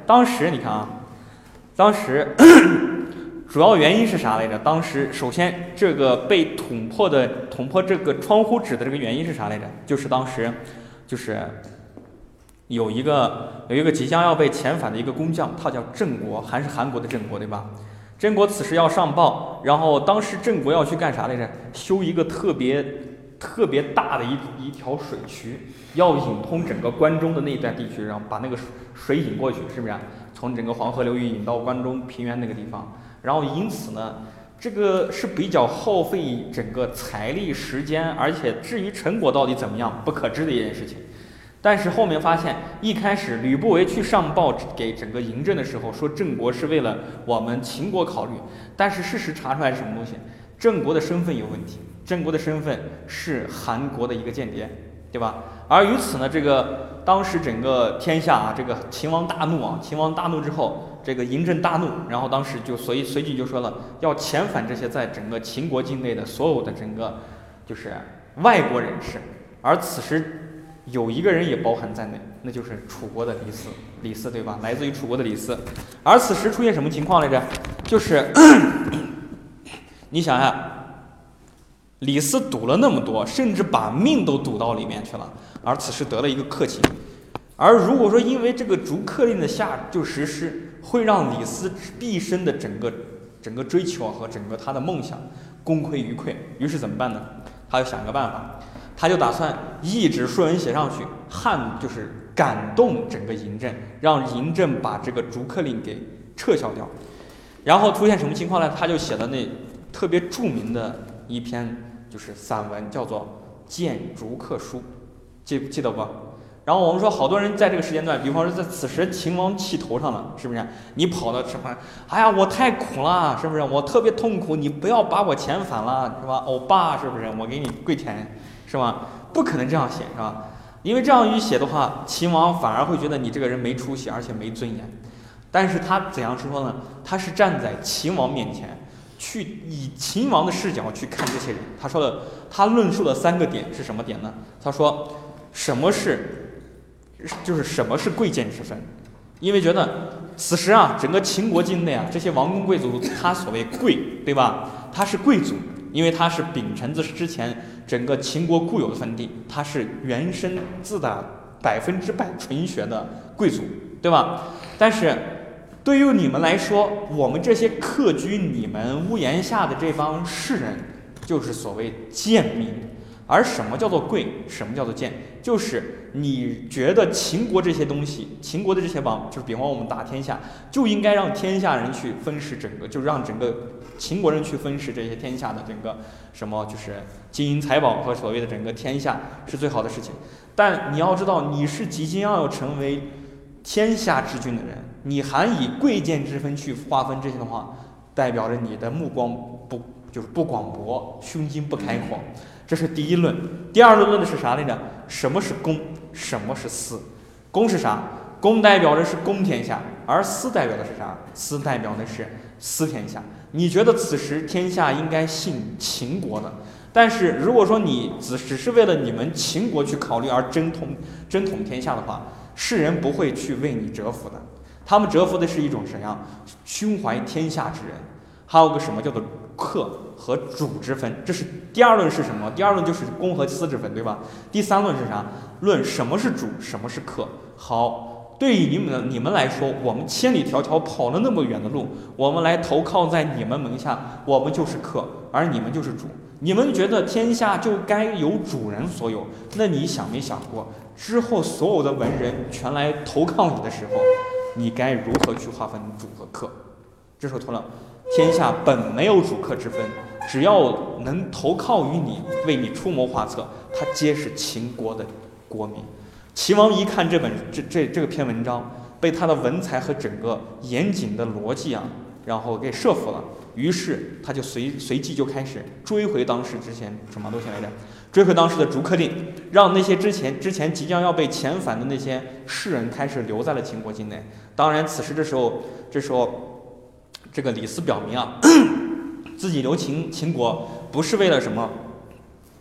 当时你看啊，当时主要原因是啥来着？当时首先这个被捅破的捅破这个窗户纸的这个原因是啥来着？就是当时就是有一个有一个即将要被遣返的一个工匠，他叫郑国，还是韩国的郑国，对吧？郑国此时要上报，然后当时郑国要去干啥来着？修一个特别特别大的一一条水渠，要引通整个关中的那一带地区，然后把那个水引过去，是不是、啊？从整个黄河流域引到关中平原那个地方，然后因此呢，这个是比较耗费整个财力时间，而且至于成果到底怎么样，不可知的一件事情。但是后面发现，一开始吕不韦去上报给整个嬴政的时候，说郑国是为了我们秦国考虑，但是事实查出来是什么东西？郑国的身份有问题，郑国的身份是韩国的一个间谍，对吧？而于此呢，这个当时整个天下啊，这个秦王大怒啊，秦王大怒之后，这个嬴政大怒，然后当时就所以随即就说了，要遣返这些在整个秦国境内的所有的整个就是外国人士，而此时。有一个人也包含在内，那就是楚国的李斯，李斯对吧？来自于楚国的李斯。而此时出现什么情况来着？就是你想想，李斯赌了那么多，甚至把命都赌到里面去了，而此时得了一个克勤。而如果说因为这个逐客令的下就实施，会让李斯毕生的整个整个追求和整个他的梦想功亏一篑，于是怎么办呢？他就想一个办法。他就打算一纸书文写上去，汉就是感动整个嬴政，让嬴政把这个逐客令给撤销掉。然后出现什么情况呢？他就写了那特别著名的一篇就是散文，叫做《谏逐客书》，记记得不？然后我们说，好多人在这个时间段，比方说在此时秦王气头上了，是不是？你跑到什么？哎呀，我太苦了，是不是？我特别痛苦，你不要把我遣返了，是吧？欧巴，是不是？我给你跪舔。是吧？不可能这样写，是吧？因为这样一写的话，秦王反而会觉得你这个人没出息，而且没尊严。但是他怎样说呢？他是站在秦王面前，去以秦王的视角去看这些人。他说了，他论述了三个点是什么点呢？他说，什么是，就是什么是贵贱之分？因为觉得此时啊，整个秦国境内啊，这些王公贵族，他所谓贵，对吧？他是贵族。因为他是秉承自之前整个秦国固有的分地，他是原生自的百分之百纯血的贵族，对吧？但是对于你们来说，我们这些客居你们屋檐下的这帮士人，就是所谓贱民。而什么叫做贵？什么叫做贱？就是你觉得秦国这些东西，秦国的这些王，就是比方我们打天下，就应该让天下人去分食整个，就让整个秦国人去分食这些天下的整个什么，就是金银财宝和所谓的整个天下是最好的事情。但你要知道，你是即将要成为天下之君的人，你还以贵贱之分去划分这些的话，代表着你的目光不就是不广博，胸襟不开阔。这是第一论。第二论论的是啥来着？什么是公？什么是私？公是啥？公代表的是公天下，而私代表的是啥？私代表的是私天下。你觉得此时天下应该信秦国的，但是如果说你只只是为了你们秦国去考虑而争统争统天下的话，世人不会去为你折服的。他们折服的是一种什么样？胸怀天下之人。还有个什么叫做客和主之分，这是第二论是什么？第二论就是公和私之分，对吧？第三论是啥？论什么是主，什么是客。好，对于你们你们来说，我们千里迢迢跑了那么远的路，我们来投靠在你们门下，我们就是客，而你们就是主。你们觉得天下就该由主人所有，那你想没想过，之后所有的文人全来投靠你的时候，你该如何去划分主和客？这时候突了。天下本没有主客之分，只要能投靠于你，为你出谋划策，他皆是秦国的国民。齐王一看这本这这这个篇文章，被他的文采和整个严谨的逻辑啊，然后给说服了。于是他就随随即就开始追回当时之前什么东西来着？追回当时的逐客令，让那些之前之前即将要被遣返的那些士人开始留在了秦国境内。当然，此时这时候这时候。这个李斯表明啊，自己留秦秦国不是为了什么，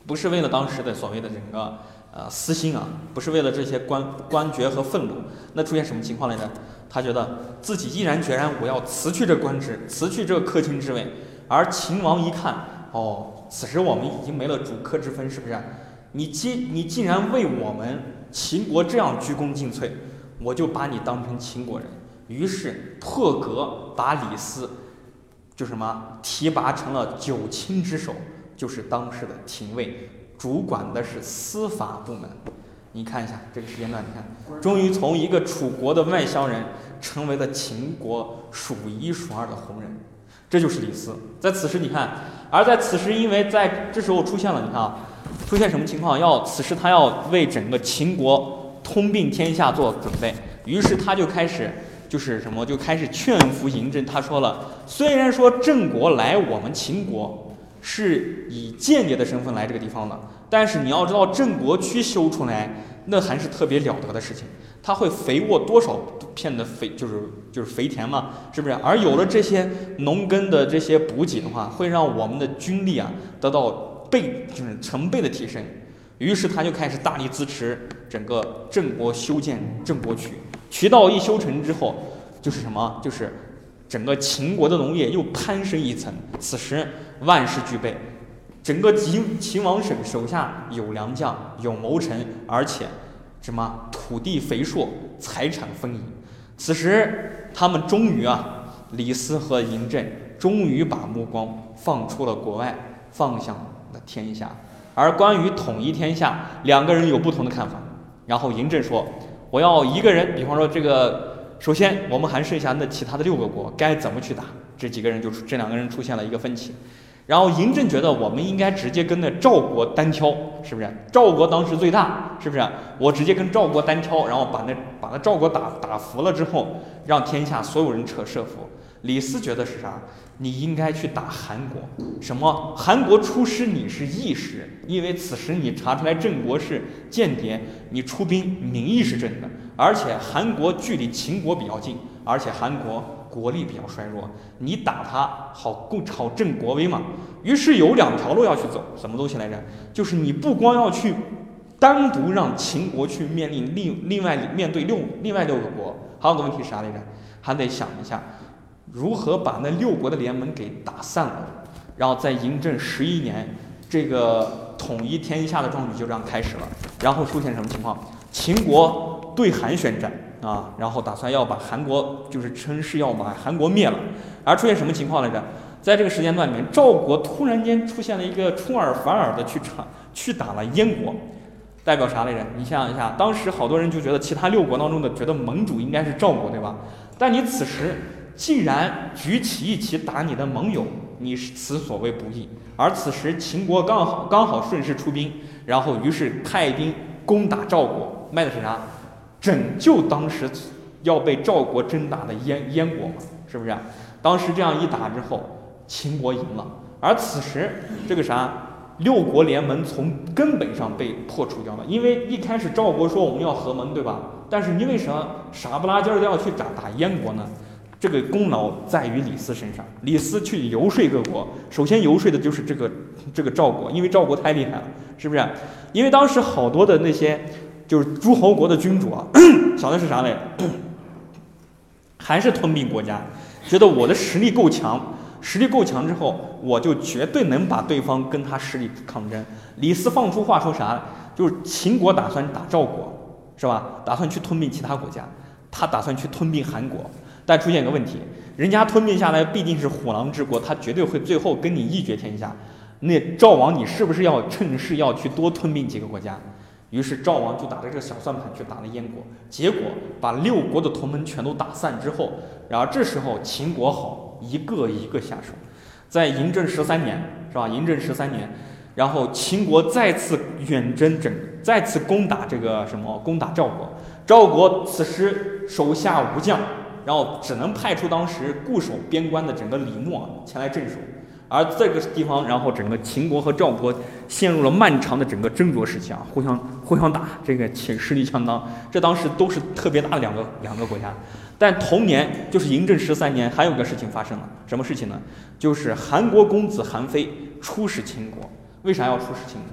不是为了当时的所谓的整个呃私心啊，不是为了这些官官爵和愤怒，那出现什么情况来着？他觉得自己毅然决然，我要辞去这官职，辞去这个客卿之位。而秦王一看，哦，此时我们已经没了主客之分，是不是？你既你既然为我们秦国这样鞠躬尽瘁，我就把你当成秦国人。于是破格把李斯就什么提拔成了九卿之首，就是当时的廷尉，主管的是司法部门。你看一下这个时间段，你看，终于从一个楚国的外乡人成为了秦国数一数二的红人，这就是李斯。在此时你看，而在此时，因为在这时候出现了，你看啊，出现什么情况？要此时他要为整个秦国通并天下做准备，于是他就开始就是什么，就开始劝服嬴政。他说了，虽然说郑国来我们秦国是以间谍的身份来这个地方的，但是你要知道，郑国区修出来，那还是特别了得的事情。它会肥沃多少片的肥，就是就是肥田嘛，是不是？而有了这些农耕的这些补给的话，会让我们的军力啊得到倍，就是成倍的提升。于是他就开始大力支持整个郑国修建郑国渠。渠道一修成之后，就是什么？就是整个秦国的农业又攀升一层。此时万事俱备，整个秦秦王省手下有良将，有谋臣，而且什么土地肥硕，财产丰盈。此时他们终于啊，李斯和嬴政终于把目光放出了国外，放向了天下。而关于统一天下，两个人有不同的看法。然后嬴政说，我要一个人，比方说这个，首先我们还剩下那其他的六个国该怎么去打，这几个人就这两个人出现了一个分歧。然后嬴政觉得我们应该直接跟那赵国单挑，是不是？赵国当时最大，是不是？我直接跟赵国单挑，然后把那把那赵国打打服了之后，让天下所有人扯设伏。李斯觉得是啥？你应该去打韩国。什么？韩国出师你是义士，因为此时你查出来郑国是间谍，你出兵名义是正的，而且韩国距离秦国比较近，而且韩国国力比较衰弱，你打他好共好正国威嘛。于是有两条路要去走，什么东西来着？就是你不光要去单独让秦国去面临另另外面对六另外六个国，还有个问题是啥来着？还得想一下如何把那六国的联盟给打散了。然后在嬴政十一年，这个统一天下的壮举就这样开始了。然后出现什么情况？秦国对韩宣战啊，然后打算要把韩国，就是称是要把韩国灭了。而出现什么情况来着？在这个时间段里面，赵国突然间出现了一个出尔反尔的去场去打了燕国，代表啥来着？你想想一下，当时好多人就觉得其他六国当中的觉得盟主应该是赵国，对吧？但你此时既然举起一旗打你的盟友，你此所谓不义。而此时秦国刚好刚好顺势出兵，然后于是派兵攻打赵国，卖的是啥？拯救当时要被赵国征打的燕燕国嘛，是不是？当时这样一打之后，秦国赢了。而此时这个啥六国联盟从根本上被破除掉了，因为一开始赵国说我们要合盟，对吧？但是你为什么傻不拉几的要去打打燕国呢？这个功劳在于李斯身上。李斯去游说各国，首先游说的就是这个这个赵国，因为赵国太厉害了，是不是？因为当时好多的那些就是诸侯国的君主啊，想的是啥嘞？还是吞并国家，觉得我的实力够强，实力够强之后，我就绝对能把对方跟他实力抗争。李斯放出话说啥？就是秦国打算打赵国，是吧？打算去吞并其他国家，他打算去吞并韩国。但出现一个问题，人家吞并下来毕竟是虎狼之国，他绝对会最后跟你一决天下。那赵王你是不是要趁势要去多吞并几个国家？于是赵王就打着这个小算盘去打了燕国，结果把六国的同盟全都打散之后，然后这时候秦国好一个一个下手。在嬴政十三年，是吧？嬴政十三年，然后秦国再次远征整，再次攻打这个什么？攻打赵国。赵国此时手下无将，然后只能派出当时固守边关的整个李默前来镇守。而这个地方，然后整个秦国和赵国陷入了漫长的整个争夺时期啊，互相互相打，这个且势力相当。这当时都是特别大的两个两个国家。但同年，就是嬴政十三年，还有个事情发生了，什么事情呢？就是韩国公子韩非出使秦国。为啥要出使秦国？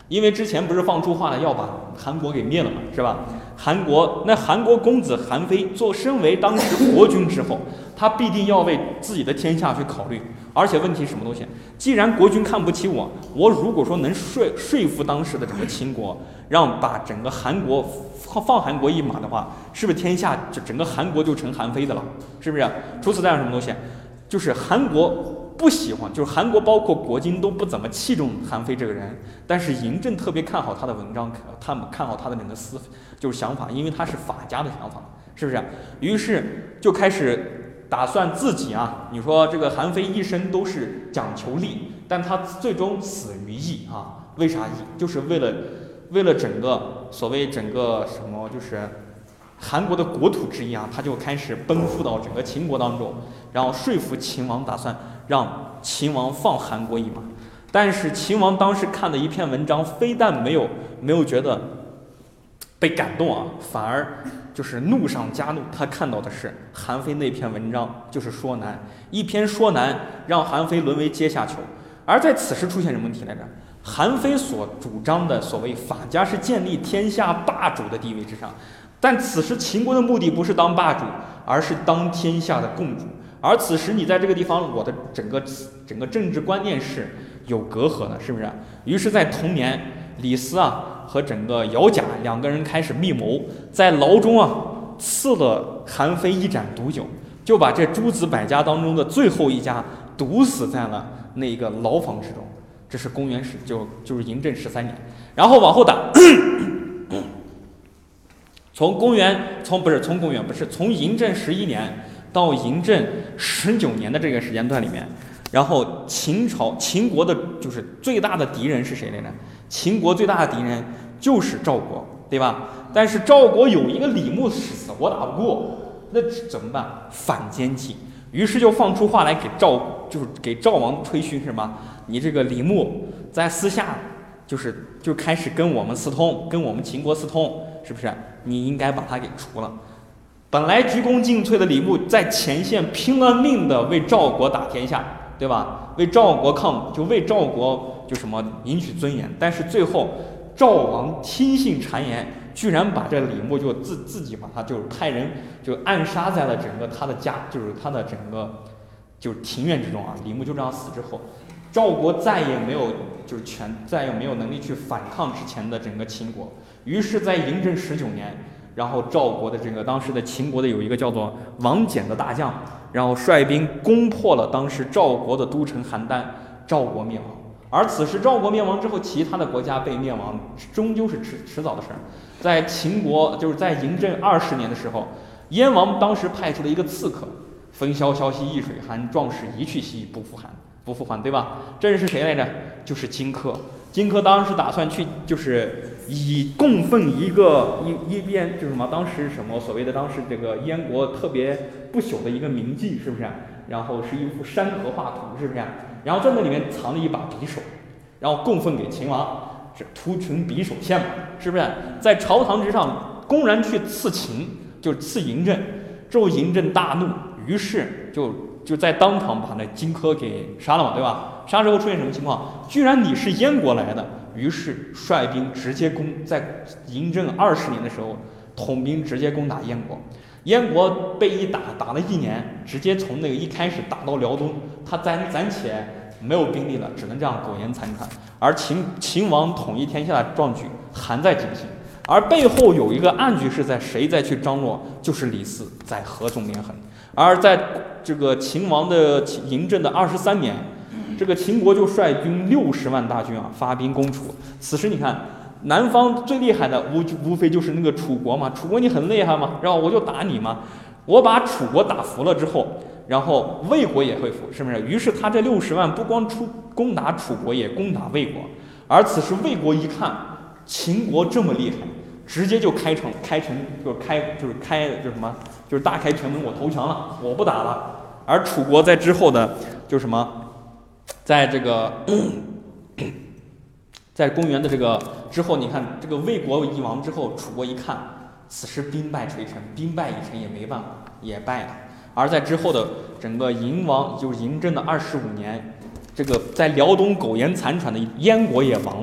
因为之前不是放出话来要把韩国给灭了嘛，是吧？韩国那韩国公子韩非做身为当时国君之后，他必定要为自己的天下去考虑。而且问题是什么东西？既然国君看不起我，我如果说能说说服当时的整个秦国，让把整个韩国放放韩国一马的话，是不是天下就整个韩国就成韩非的了？是不是？除此再有什么东西？就是韩国不喜欢，就是韩国包括国君都不怎么器重韩非这个人，但是嬴政特别看好他的文章，他们看好他的整个思就是想法，因为他是法家的想法，是不是？于是就开始打算自己啊，你说这个韩非一生都是讲求利，但他最终死于义啊，为啥义？就是为了为了整个所谓整个什么就是韩国的国土之一啊，他就开始奔赴到整个秦国当中，然后说服秦王，打算让秦王放韩国一马。但是秦王当时看的一篇文章，非但没有没有觉得被感动啊，反而就是怒上加怒。他看到的是韩非那篇文章就是说南，一篇说南，让韩非沦为阶下囚。而在此时出现什么问题来着？韩非所主张的所谓法家是建立天下霸主的地位之上，但此时秦国的目的不是当霸主，而是当天下的共主。而此时你在这个地方，我的整个整个政治观念是有隔阂的，是不是？于是，在同年，李斯啊和整个姚贾两个人开始密谋，在牢中啊赐了韩非一盏毒酒，就把这诸子百家当中的最后一家毒死在了那个牢房之中。这是公元十就就是嬴政十三年，然后往后打。从公元从不是从公元不是从嬴政十一年到嬴政十九年的这个时间段里面，然后秦朝秦国的就是最大的敌人是谁来着？秦国最大的敌人就是赵国，对吧？但是赵国有一个李牧死活打不过，那怎么办？反间计。于是就放出话来给赵，就是给赵王吹嘘什么？你这个李牧在私下就是就开始跟我们私通，跟我们秦国私通，是不是？你应该把他给除了。本来鞠躬尽瘁的李牧在前线拼了命的为赵国打天下，对吧？为赵国抗，就为赵国就什么赢取尊严。但是最后赵王听信谗言，居然把这李牧就自自己把他就是派人就暗杀在了整个他的家，就是他的整个就是庭院之中啊。李牧就这样死之后，赵国再也没有就是权，再也没有能力去反抗之前的整个秦国。于是，在嬴政十九年，然后赵国的这个当时的秦国的有一个叫做王翦的大将，然后率兵攻破了当时赵国的都城邯郸，赵国灭亡。而此时赵国灭亡之后，其他的国家被灭亡，终究是迟迟早的事儿。在秦国，就是在嬴政二十年的时候，燕王当时派出了一个刺客，风萧萧兮易水寒，壮士一去兮不复还，不复还，对吧？这人是谁来着？就是荆轲。荆轲当时打算去，就是以供奉一个一一边就是什么，当时什么所谓的当时这个燕国特别不朽的一个名妓，是不是？然后是一幅山河画图，是不是？然后在那里面藏了一把匕首，然后供奉给秦王，是图穷匕首现嘛，是不是？在朝堂之上公然去刺秦，就是刺嬴政，之后嬴政大怒，于是就就在当场把那荆轲给杀了嘛，对吧？杀之后出现什么情况？居然你是燕国来的，于是率兵直接攻，在嬴政二十年的时候，统兵直接攻打燕国。燕国被一打打了一年，直接从那个一开始打到辽东，他暂暂且没有兵力了，只能这样苟延残喘。而秦秦王统一天下的壮举还在进行，而背后有一个暗局是在谁在去张罗？就是李斯在合纵连横。而在这个秦王的嬴政的二十三年，这个秦国就率军六十万大军啊发兵攻楚。此时你看，南方最厉害的无无非就是那个楚国嘛，楚国你很厉害嘛，然后我就打你嘛，我把楚国打服了之后，然后魏国也会服，是不是？于是他这六十万不光出攻打楚国，也攻打魏国。而此时魏国一看秦国这么厉害，直接就开城开城就是开就是开就是什么就是大开城门，我投降了，我不打了。而楚国在之后的就是什么，在这个在公元的这个之后，你看这个魏国一亡之后，楚国一看此时兵败垂成，兵败已成也没办法，也败了。而在之后的整个嬴王就是嬴政的二十五年，这个在辽东苟延残喘的燕国也亡了，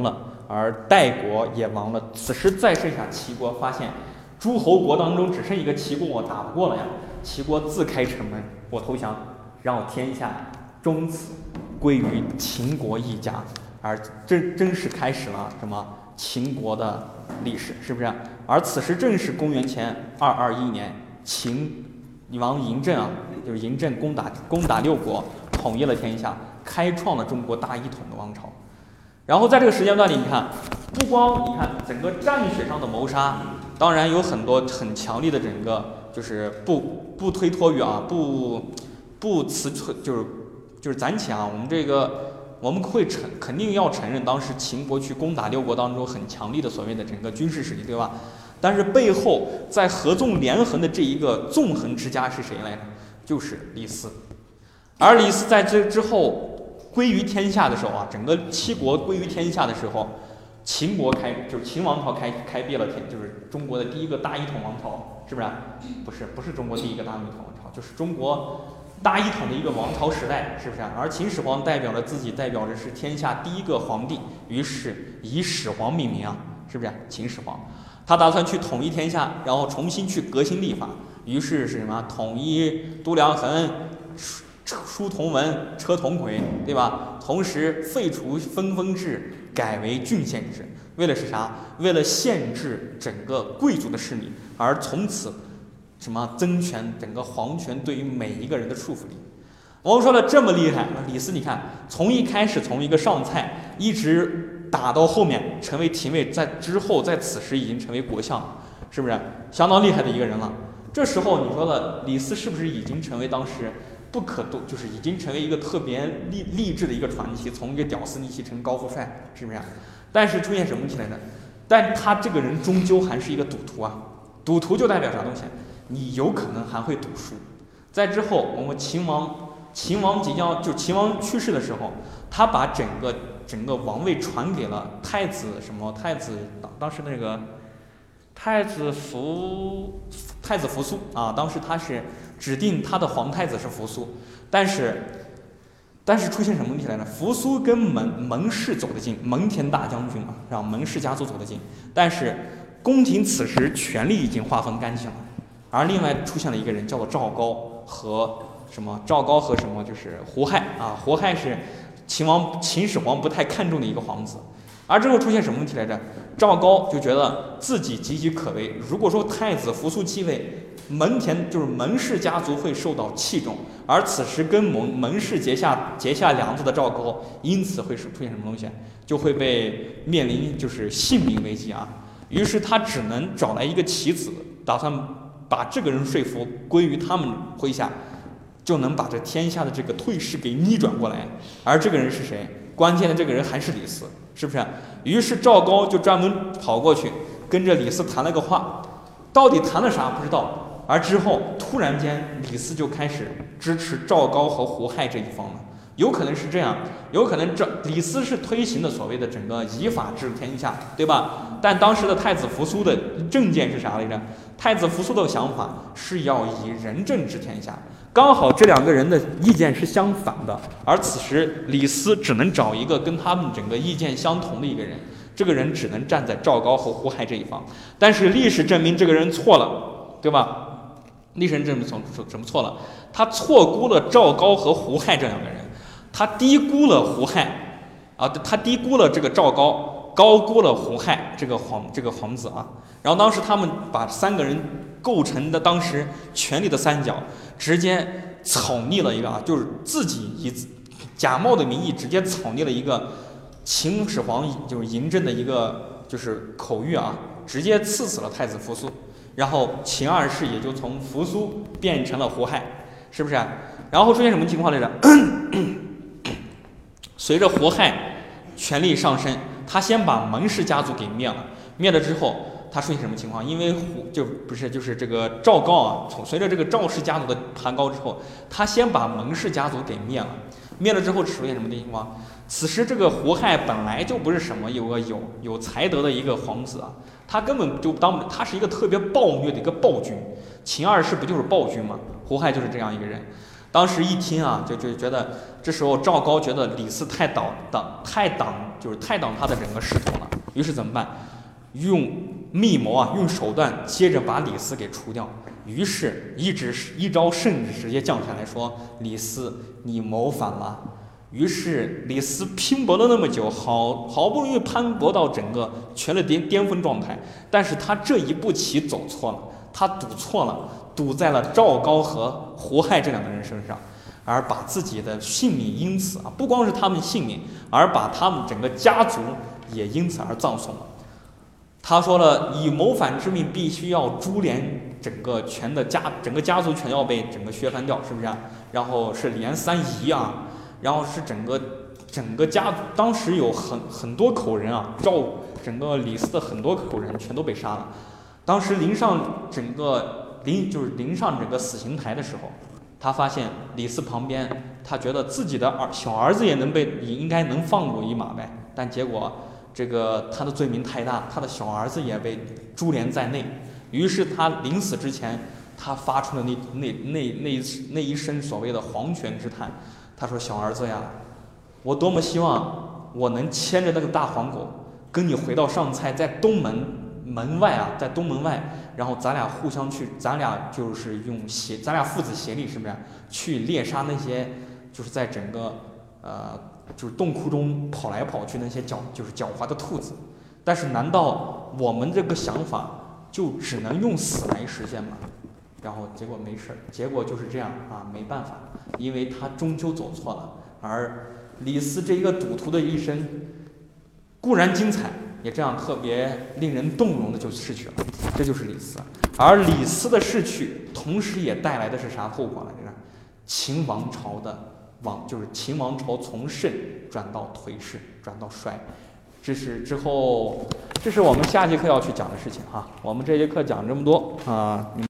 而代国也亡了。此时再剩下齐国，发现诸侯国当中只剩一个齐国，我打不过了呀。齐国自开城门，我投降，让我天下终此归于秦国一家，而真真是开始了什么秦国的历史，是不是？而此时正是公元前二二一年，秦王嬴政啊，就是嬴政攻打攻打六国，统一了天下，开创了中国大一统的王朝。然后在这个时间段里，你看，不光你看整个战学上的谋杀，当然有很多很强力的整个就是不不推脱于啊，不不辞就是就是暂且啊，我们这个我们会承肯定要承认，当时秦国去攻打六国当中很强力的所谓的整个军事实力，对吧？但是背后在合纵连横的这一个纵横之家是谁来着？就是李斯。而李斯在这之后归于天下的时候啊，整个七国归于天下的时候，秦国开就是秦王朝开开辟了天，就是中国的第一个大一统王朝，是不是？不是，不是中国第一个大一统王朝，就是中国大一统的一个王朝时代，是不是？而秦始皇代表着自己，代表着是天下第一个皇帝，于是以始皇命名啊，是不是？秦始皇，他打算去统一天下，然后重新去革新历法，于是是什么？统一度量衡。书同文，车同轨，对吧？同时废除分封制，改为郡县制，为了是啥？为了限制整个贵族的势力，而从此什么增权整个皇权对于每一个人的束缚力。我们说了这么厉害，李斯你看，从一开始从一个上菜，一直打到后面成为廷尉，在之后在此时已经成为国相，是不是相当厉害的一个人了？这时候你说了，李斯是不是已经成为当时不可多，就是已经成为一个特别励励志的一个传奇，从一个屌丝逆袭成高富帅，是不是？但是出现什么问题来呢？但他这个人终究还是一个赌徒啊，赌徒就代表啥东西？你有可能还会赌输。在之后，我们秦王，秦王即将就秦王去世的时候，他把整个整个王位传给了太子什么？太子当当时那个太子扶太子扶苏啊，当时他是指定他的皇太子是扶苏，但是但是出现什么问题来呢？扶苏跟蒙蒙氏走得近，蒙恬大将军嘛，让蒙氏家族走得近，但是宫廷此时权力已经划分干净了，而另外出现了一个人叫做赵高和什么？赵高和什么？就是胡亥啊，胡亥是秦王秦始皇不太看重的一个皇子。而之后出现什么问题来着？赵高就觉得自己岌岌可危，如果说太子扶苏继位，蒙恬就是蒙氏家族会受到器重，而此时跟蒙蒙氏结下结下梁子的赵高，因此会出现什么东西？就会被面临就是性命危机啊。于是他只能找来一个棋子，打算把这个人说服归于他们麾下，就能把这天下的这个退势给逆转过来。而这个人是谁？关键的这个人还是李斯，是不是？于是赵高就专门跑过去跟着李斯谈了个话，到底谈了啥不知道。而之后突然间李斯就开始支持赵高和胡亥这一方了。有可能是这样，有可能这李斯是推行的所谓的整个以法治天下，对吧？但当时的太子扶苏的政见是啥来着？太子扶苏的想法是要以仁政治天下，刚好这两个人的意见是相反的，而此时李斯只能找一个跟他们整个意见相同的一个人，这个人只能站在赵高和胡亥这一方。但是历史证明这个人错了，对吧？历史证明从什么错了？他错估了赵高和胡亥这两个人，他低估了胡亥啊，他低估了这个赵高，高估了胡亥这个皇这个皇子啊。然后当时他们把三个人构成的当时权力的三角，直接草拟了一个啊，就是自己以假冒的名义直接草拟了一个秦始皇就是嬴政的一个就是口谕啊，直接赐死了太子扶苏。然后秦二世也就从扶苏变成了胡亥，是不是？然后出现什么情况来着？随着胡亥权力上升，他先把蒙氏家族给灭了，灭了之后，他出现什么情况？因为胡就不是就是这个赵高啊，从随着这个赵氏家族的攀高之后，他先把蒙氏家族给灭了，灭了之后出现什么情况？此时这个胡亥本来就不是什么有个有有才德的一个皇子啊，他根本就当他是一个特别暴虐的一个暴君。秦二世不就是暴君吗？胡亥就是这样一个人。当时一听啊，就就觉得这时候赵高觉得李斯太挡挡太挡就是太挡他的整个势头了， 于是怎么办？用密谋啊，用手段，接着把李斯给除掉。于是，一直一招圣旨直接降下来说：“李斯，你谋反了。”于是，李斯拼搏了那么久，好好不容易攀搏到整个权力巅巅峰状态，但是他这一步棋走错了，他赌错了，赌在了赵高和胡亥这两个人身上，而把自己的性命因此啊，不光是他们性命，而把他们整个家族也因此而葬送了。他说了，以谋反之命，必须要株连整个全的家，整个家族全要被整个削藩掉，是不是啊？然后是连三夷啊，然后是整个整个家族，当时有很很多口人啊，赵整个李斯的很多口人全都被杀了。当时临上整个临就是临上整个死刑台的时候，他发现李斯旁边，他觉得自己的儿小儿子也能被也应该能放过一马呗，但结果。这个他的罪名太大，他的小儿子也被株连在内。于是他临死之前，他发出了那那那那那一声所谓的黄泉之叹。他说：“小儿子呀，我多么希望我能牵着那个大黄狗，跟你回到上蔡，在东门门外啊，在东门外，然后咱俩互相去，咱俩就是用协，咱俩父子协力，是不是去猎杀那些就是在整个呃。”就是洞窟中跑来跑去那些狡就是狡猾的兔子，但是难道我们这个想法就只能用死来实现吗？然后结果没事，结果就是这样啊，没办法，因为他终究走错了。而李斯这一个赌徒的一生固然精彩，也这样特别令人动容的就逝去了，这就是李斯。而李斯的逝去，同时也带来的是啥后果来着？秦王朝的。王就是秦王朝从盛转到颓势，转到衰，这是之后，这是我们下节课要去讲的事情哈。我们这节课讲这么多啊。